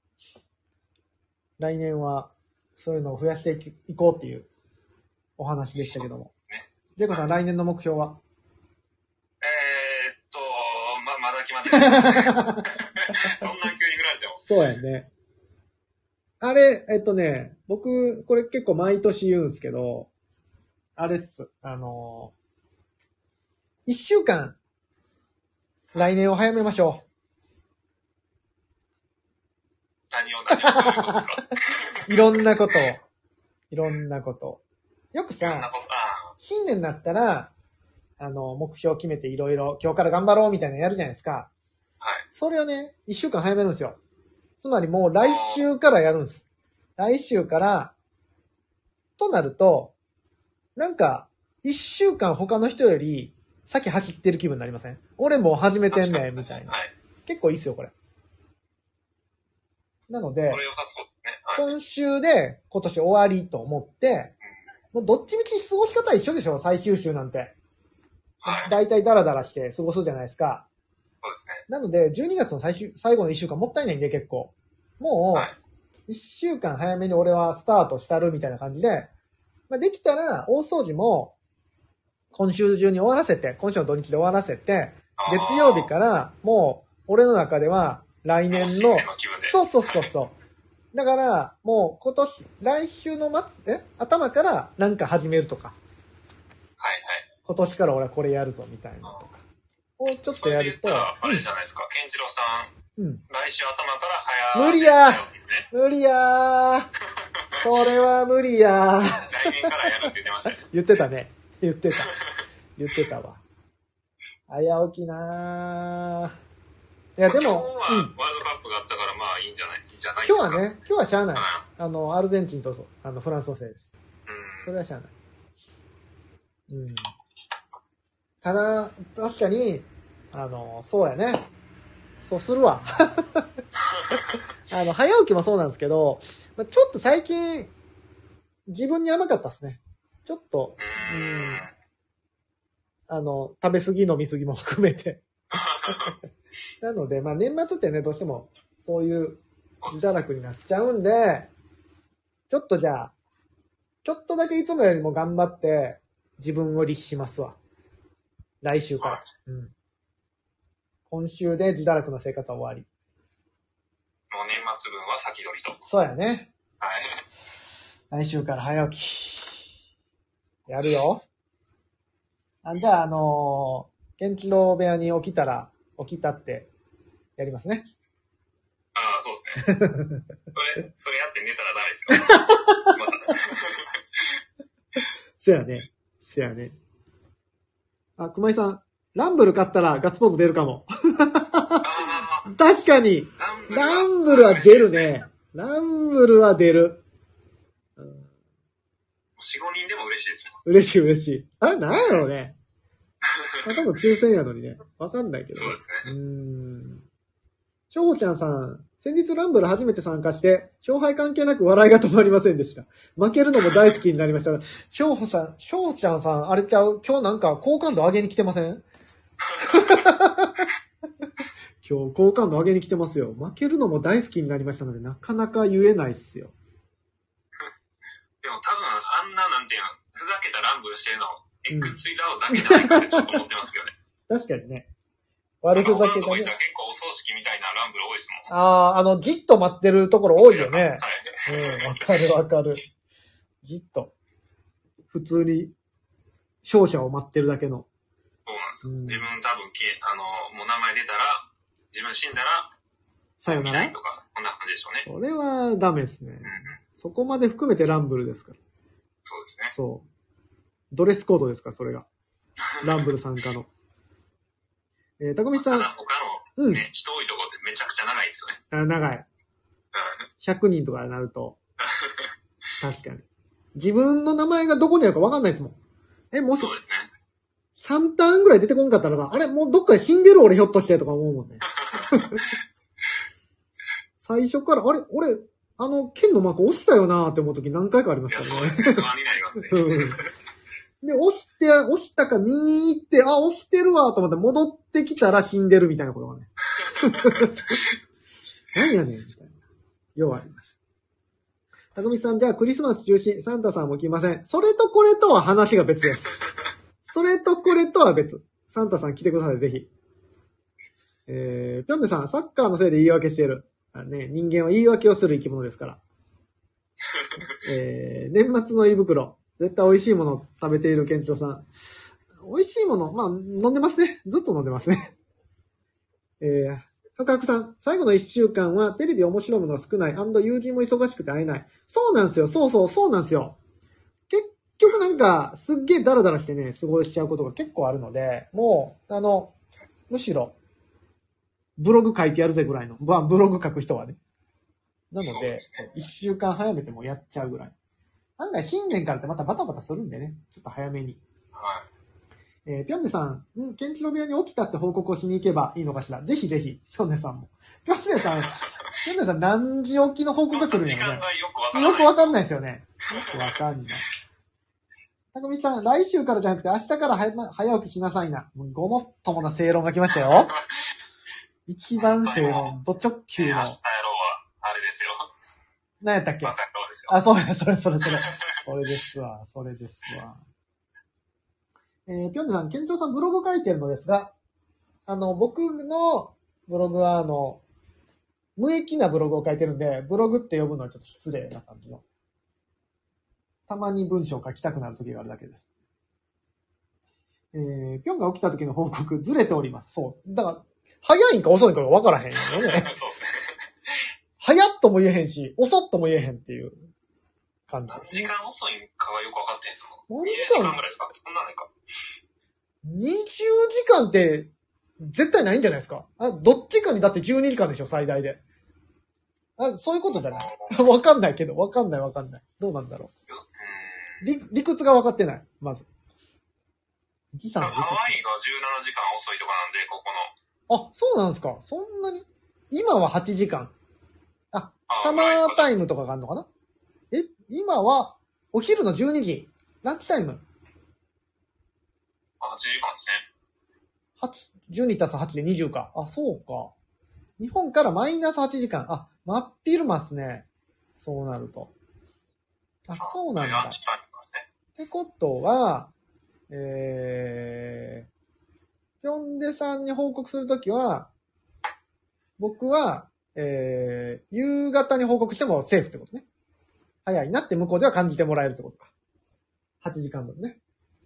来年は、そういうのを増やしていこうっていうお話でしたけども。ジェコさん、来年の目標は？ まだ決まってない。そんな急に振られても。 そうやね。あれ、僕、これ結構毎年言うんですけど、あれっす。1週間、来年を早めましょう。 何をどういうことですか？ いろんなこと。よくさ、新年になったら、目標を決めていろいろ今日から頑張ろうみたいなのやるじゃないですか。 はい。 それをね、1週間早めるんですよ。つまりもう来週からやるんです。来週から、となると、なんか、1週間他の人より先走ってる気分になりません？俺もう始めてんねん、みたいな。 はい。 結構いいっすよ、これ。なので、 それ良さそうですね。 はい、今週で今年終わりと思って、もうどっちみち過ごし方一緒でしょ、最終週なんて。はい。だいたいダラダラして過ごすじゃないですか。 そうですね。 なので、12月の最後の1週間もったいないんで、結構。もう、1週間早めに俺はスタートしたるみたいな感じで、まあ、できたら大掃除も今週中に終わらせて、今週の土日で終わらせて、月曜日からもう俺の中では来年の、そう。だから、もう来週の頭からなんか始めるとか。 はい。 今年から俺はこれやるぞみたいなとか。をちょっとやると。 あれじゃないですか、ケンチロさん。来週頭から無理やそれは無理や来年からやるって言ってましたよ。 言ってたね。言ってたわ。 早起きなぁ。いや、でも、 今日はワールドカップがあったから、まあいいんじゃないですか。 今日はね、今日はしゃあない。アルゼンチンとフランスのせいです。それはしゃあない。ただ、確かに、そうやね。そうするわ。早起きもそうなんですけど、ちょっと最近、自分に甘かったですね。ちょっと、食べ過ぎ飲み過ぎも含めて。なので、年末ってね、どうしても、そういう自堕落になっちゃうんで、ちょっとじゃあ、ちょっとだけいつもよりも頑張って、自分を律しますわ。来週から。今週で自堕落の生活は終わり。 もう年末分は先取りと。 そうやね。 はい。 来週から早起き。やるよ。じゃあ、ケンチロウ部屋に起きたってやりますね。 ああ、そうですね。それやって寝たらダメですよ。また。 せやね。熊井さん、ランブル買ったらガッツポーズ出るかも。確かに。ランブルは出るね。ランブルは出る。 4、5人でも嬉しいですもん。 嬉しい。あれ、なんやろうね。多分抽選やのにね。わかんないけど、ね。 そうですね。 しょうちゃんさん、先日ランブル初めて参加して、勝敗関係なく笑いが止まりませんでした。負けるのも大好きになりました。しょうちゃんさん、あれちゃう、今日なんか好感度上げに来てません今日好感度上げに来てますよ。負けるのも大好きになりましたので、なかなか言えないっすよ。 でも多分、あんななんていうの、ふざけたランブルしてるの、X ツイダーだけじゃないかってちょっと思ってますけどね。 確かにね。悪ふざけだね。 結構お葬式みたいなランブル多いですもん。 じっと待ってるところ多いよね。 はい。 わかる。じっと。普通に、勝者を待ってるだけの。 そうなんですよ。自分多分、もう名前出たら、自分死んだら、 さよならとか、こんな感じでしょうね。 それはダメですね。そこまで含めてランブルですから。 そうですね。 そう。ドレスコードですから、それが。ランブル参加の。たくみさん。 他の、ね、人多いとこってめちゃくちゃ長いですよね。 長い。100人とかになると。確かに。自分の名前がどこにあるか分かんないですもん。もし、 そうですね。 3ターンぐらい出てこんかったらさ、あれもうどっかで死んでる俺ひょっとしてとか思うもんね。最初から、あれ俺、剣のマーク押したよなーって思うとき何回かありますからね。 そうですね。不安になりますね。 で、押したか見に行って、押してるわと思って戻ってきたら死んでるみたいなことがね。何やねんみたいな。ようあります。たくみさん、じゃあクリスマス中止、サンタさんも来ません。それとこれとは話が別です。それとこれとは別。サンタさん来てください、ぜひ。ぴょんねさん、サッカーのせいで言い訳している。人間は言い訳をする生き物ですから。年末の胃袋。絶対美味しいものを食べているケンチロさん。美味しいもの、飲んでますね。ずっと飲んでますね。ハクハクさん、最後の1週間はテレビ面白いものが少ない。友人も忙しくて会えない。そうなんですよ。そうなんですよ。結局なんか、すっげえダラダラしてね、過ごしちゃうことが結構あるので、もう、むしろ、ブログ書いてやるぜぐらいの。ブログ書く人はね。なので、1週間早めてもやっちゃうぐらい。案外新年からってまたバタバタするんでね。ちょっと早めに。 はい。 ぴょんねさん、ケンチロ部屋に起きたって報告をしに行けばいいのかしら。ぜひぜひ、ぴょんねさんも。ぴょんねさん何時起きの報告が来るんやろね。 時間がよくわかんないですよね。よくわかんない。たくみさん、来週からじゃなくて明日から早起きしなさいな。ごもっともな正論が来ましたよ。一番正論、ド直球の。 明日やろうは、あれですよ。 何やったっけ？ バカ野郎ですよ。 そうや、それ。それですわ。ぴょんねさん、ケンチョウさんブログ書いてるのですが、僕のブログは無益なブログを書いてるんで、ブログって呼ぶのはちょっと失礼な感じの。たまに文章を書きたくなる時があるだけです。ぴょんが起きた時の報告、ずれております。そう。だから、早いんか遅いんかが分からへんよね。 そうですね。 早っとも言えへんし、遅っとも言えへんっていう感じです、 ね。何時間遅いんかはよく分かってんすか？ 20 時間ぐらいですか？そんなないか。 20時間って絶対ないんじゃないですか？どっちかにだって12時間でしょ、最大で。そういうことじゃないわかんないけど、わかんない。どうなんだろう。理屈が分かってない、まず。 ハワイが17時間遅いとかなんで、ここの。あ、そうなんですか。そんなに今は8時間。サマータイムとかがあるのかな？今はお昼の12時。ランチタイム。 8時間ですね。 12たす8で20か。そうか。日本からマイナス8時間。真っ昼間っすね。そうなると。そうなんだ。 ランチタイムですね。 ってことは、ぴょんでさんに報告するときは、僕は、夕方に報告してもセーフってことね。早いなって向こうでは感じてもらえるってことか。8時間分ね。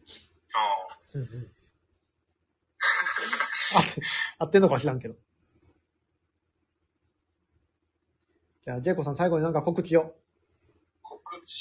合ってんのか知らんけど。じゃあ、ジェイコさん最後になんか告知を。 告知、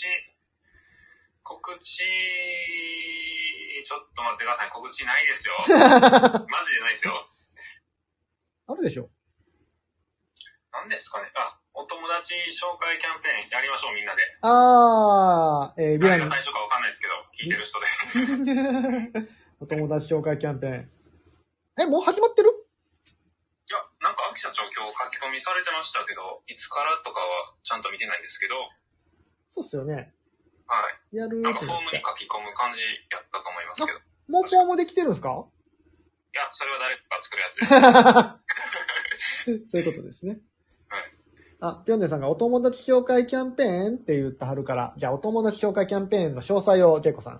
ちょっと待ってください。告知ないですよ。マジでないですよ。 あるでしょ。 何ですかね。お友達紹介キャンペーンやりましょう、みんなで。誰が対象かわかんないですけど、聞いてる人で。 お友達紹介キャンペーン。もう始まってる？ いや、なんか秋社長今日書き込みされてましたけど、いつからとかはちゃんと見てないんですけど。 そうっすよね。 はい。 やる。 なんかフォームに書き込む感じやったと思いますけど。 もうフォームできてるんですか？ いや、それは誰かが作るやつです。そういうことですね。 はい。 ぴょんねさんがお友達紹介キャンペーンって言ってはるから、じゃあお友達紹介キャンペーンの詳細をジェイコさん。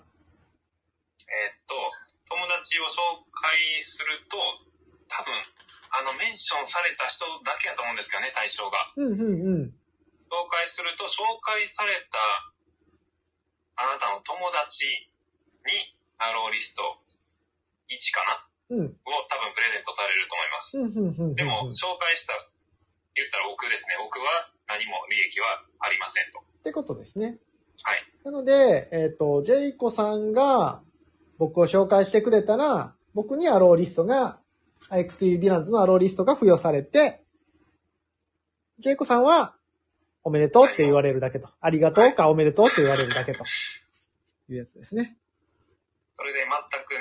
友達を紹介すると、多分、メンションされた人だけやと思うんですけどね、対象が。紹介すると、紹介されたあなたの友達にアローリスト1かな、を多分プレゼントされると思います。でも、紹介した、言ったら僕ですね。僕は何も利益はありませんと。 ってことですね。 はい。 なので、ジェイコさんが僕を紹介してくれたら、僕にアローリストが、XT ヴィランズのアローリストが付与されて、ジェイコさんは、おめでとうって言われるだけと。ありがとうかおめでとうって言われるだけと。いうやつですね。 それで全くね、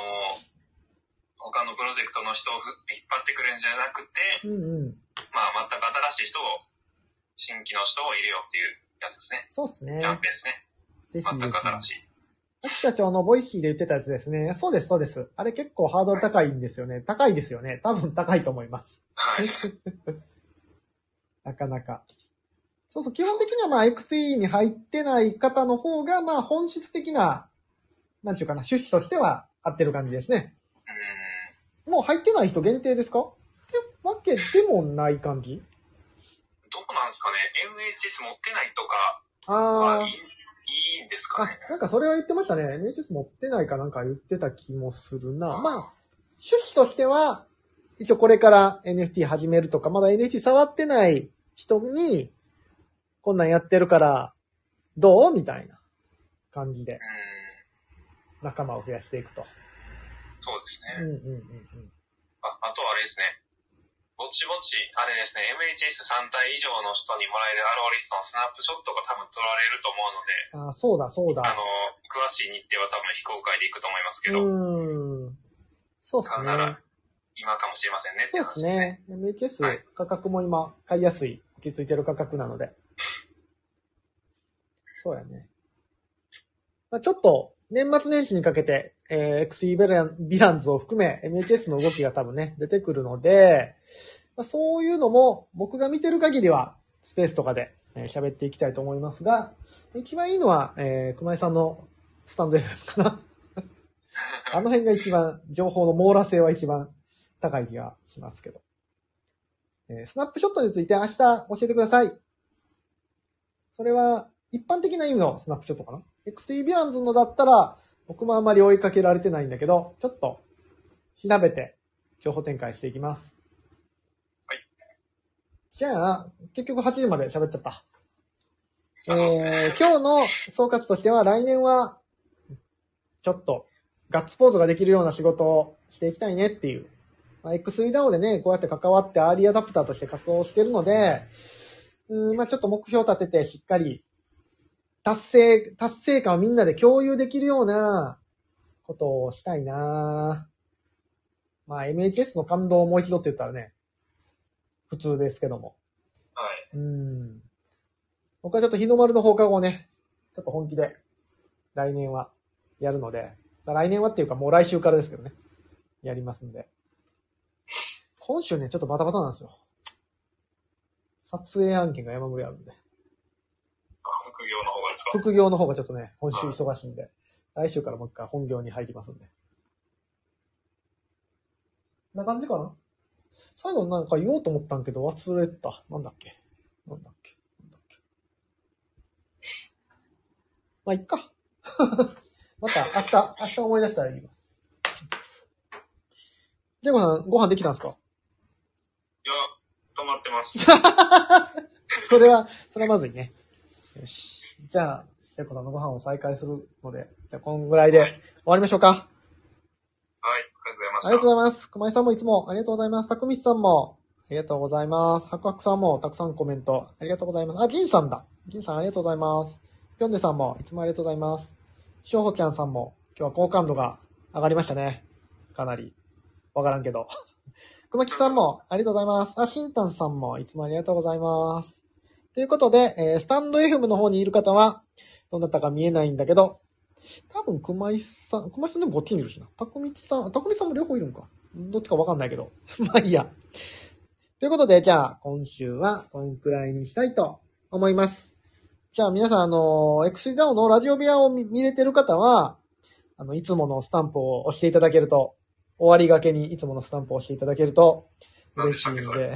他のプロジェクトの人を引っ張ってくるんじゃなくて、まあ全く新しい人を、新規の人を入れようっていうやつですね。 そうですね。 キャンペーンですね。ぜひ。全く新しい。 秋社長のボイシーで言ってたやつですね。そうです、そうです。あれ結構ハードル高いんですよね。高いですよね。多分高いと思います。 はい。 なかなか。そうそう、基本的にはまあ XE に入ってない方の方が、まあ本質的な、なんていうかな、趣旨としては合ってる感じですね。もう入ってない人限定ですか？ってわけでもない感じ？ どうなんですかね。MHS 持ってないとかはいいんですかね。 なんかそれは言ってましたね。MHS 持ってないかなんか言ってた気もするな。まあ、趣旨としては、一応これから NFT 始めるとか、まだ NFT 触ってない人に、こんなんやってるから、どうみたいな感じで、仲間を増やしていくと。 そうですね。 あとはあれですね。ぼちぼち、あれですね、MHS3 体以上の人にもらえるアローリストのスナップショットが多分撮られると思うので。 そうだ。 詳しい日程は多分非公開で行くと思いますけど。 そうですね。 なら、今かもしれませんねって話ですね。 そうですね。MHS 価格も今、買いやすい、落ち着いてる価格なので。そうやね。まあ、ちょっと、年末年始にかけて、XE ヴィランズを含め MHS の動きが多分ね、出てくるので、まあ、そういうのも僕が見てる限りはスペースとかで喋っていきたいと思いますが、一番いいのは、熊井さんのスタンド FM かな。あの辺が一番、情報の網羅性は一番高い気がしますけど。スナップショットについて明日教えてください。それは一般的な意味のスナップショットかな。XT ヴィランズのだったら、僕もあんまり追いかけられてないんだけど、ちょっと調べて情報展開していきます。 はい。 じゃあ、結局8時まで喋っちゃった。今日の総括としては来年は、ちょっとガッツポーズができるような仕事をしていきたいねっていう。まあ、X3DAO でね、こうやって関わってアーリーアダプターとして活動してるので、まあちょっと目標立ててしっかり達成感をみんなで共有できるようなことをしたいな。まあ MHS の感動をもう一度って言ったらね、普通ですけども。 はい。 僕はちょっと日の丸の放課後をね、ちょっと本気で来年はやるので、来年はっていうかもう来週からですけどね、やりますんで。今週ね、ちょっとバタバタなんですよ。撮影案件が山盛りあるんで。 副業の方がですか？ 副業の方がちょっとね、今週忙しいんで、来週からもう一回本業に入りますんで。こんな感じかな？最後なんか言おうと思ったんけど忘れた。なんだっけ。まあ、いっか。また明日思い出したら言います。ジェイコさん、ご飯できたんですか？ いや、止まってます。 それはまずいね。よし。じゃあ、ジェイコさんのご飯を再開するので、じゃあ、こんぐらいで終わりましょうか。 はい、ありがとうございました。 ありがとうございます。熊井さんもいつもありがとうございます。たくみさんもありがとうございます。ハクハクさんもたくさんコメントありがとうございます。あ、ジンさんだ。ジンさんありがとうございます。ぴょんでさんもいつもありがとうございます。しょうほちゃんさんも今日は好感度が上がりましたね。かなり。わからんけど。熊木さんもありがとうございます。あ、しんたんさんもいつもありがとうございます。ということで、スタンド FM の方にいる方は、どなたか見えないんだけど、多分熊井さんでもこっちにいるしな。たくみさんも両方いるんか。どっちかわかんないけど。まあいいや。ということで、じゃあ、今週はこんくらいにしたいと思います。じゃあ皆さん、XDAO のラジオ部屋を見れてる方は、いつものスタンプを押していただけると、終わりがけにいつものスタンプを押していただけると、嬉しいんで。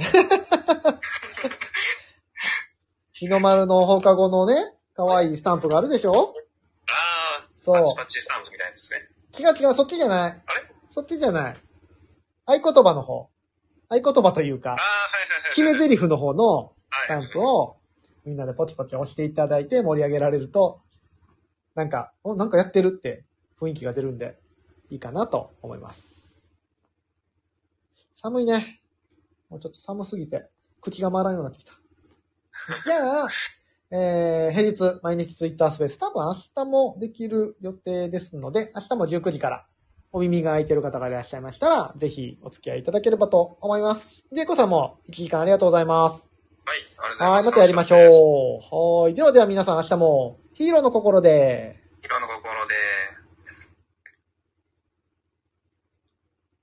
日の丸の放課後のね、可愛いスタンプがあるでしょ？ ああ、 そう。 パチパチスタンプみたいなですね。 違う、そっちじゃない。 あれ？ そっちじゃない。合言葉の方。合言葉というか、決め台詞の方のスタンプをみんなでポチポチ押していただいて盛り上げられると、なんかやってるって雰囲気が出るんで、いいかなと思います。寒いね。もうちょっと寒すぎて、口が回らんようになってきた。じゃあ、平日、毎日ツイッタースペース、多分明日もできる予定ですので、明日も19時からお耳が空いてる方がいらっしゃいましたら、ぜひお付き合いいただければと思います。ジェイコさんも1時間ありがとうございます。 はい、ありがとうございます。 はい、またやりましょう。はい。では皆さん明日もヒーローの心で。 ヒーローの心。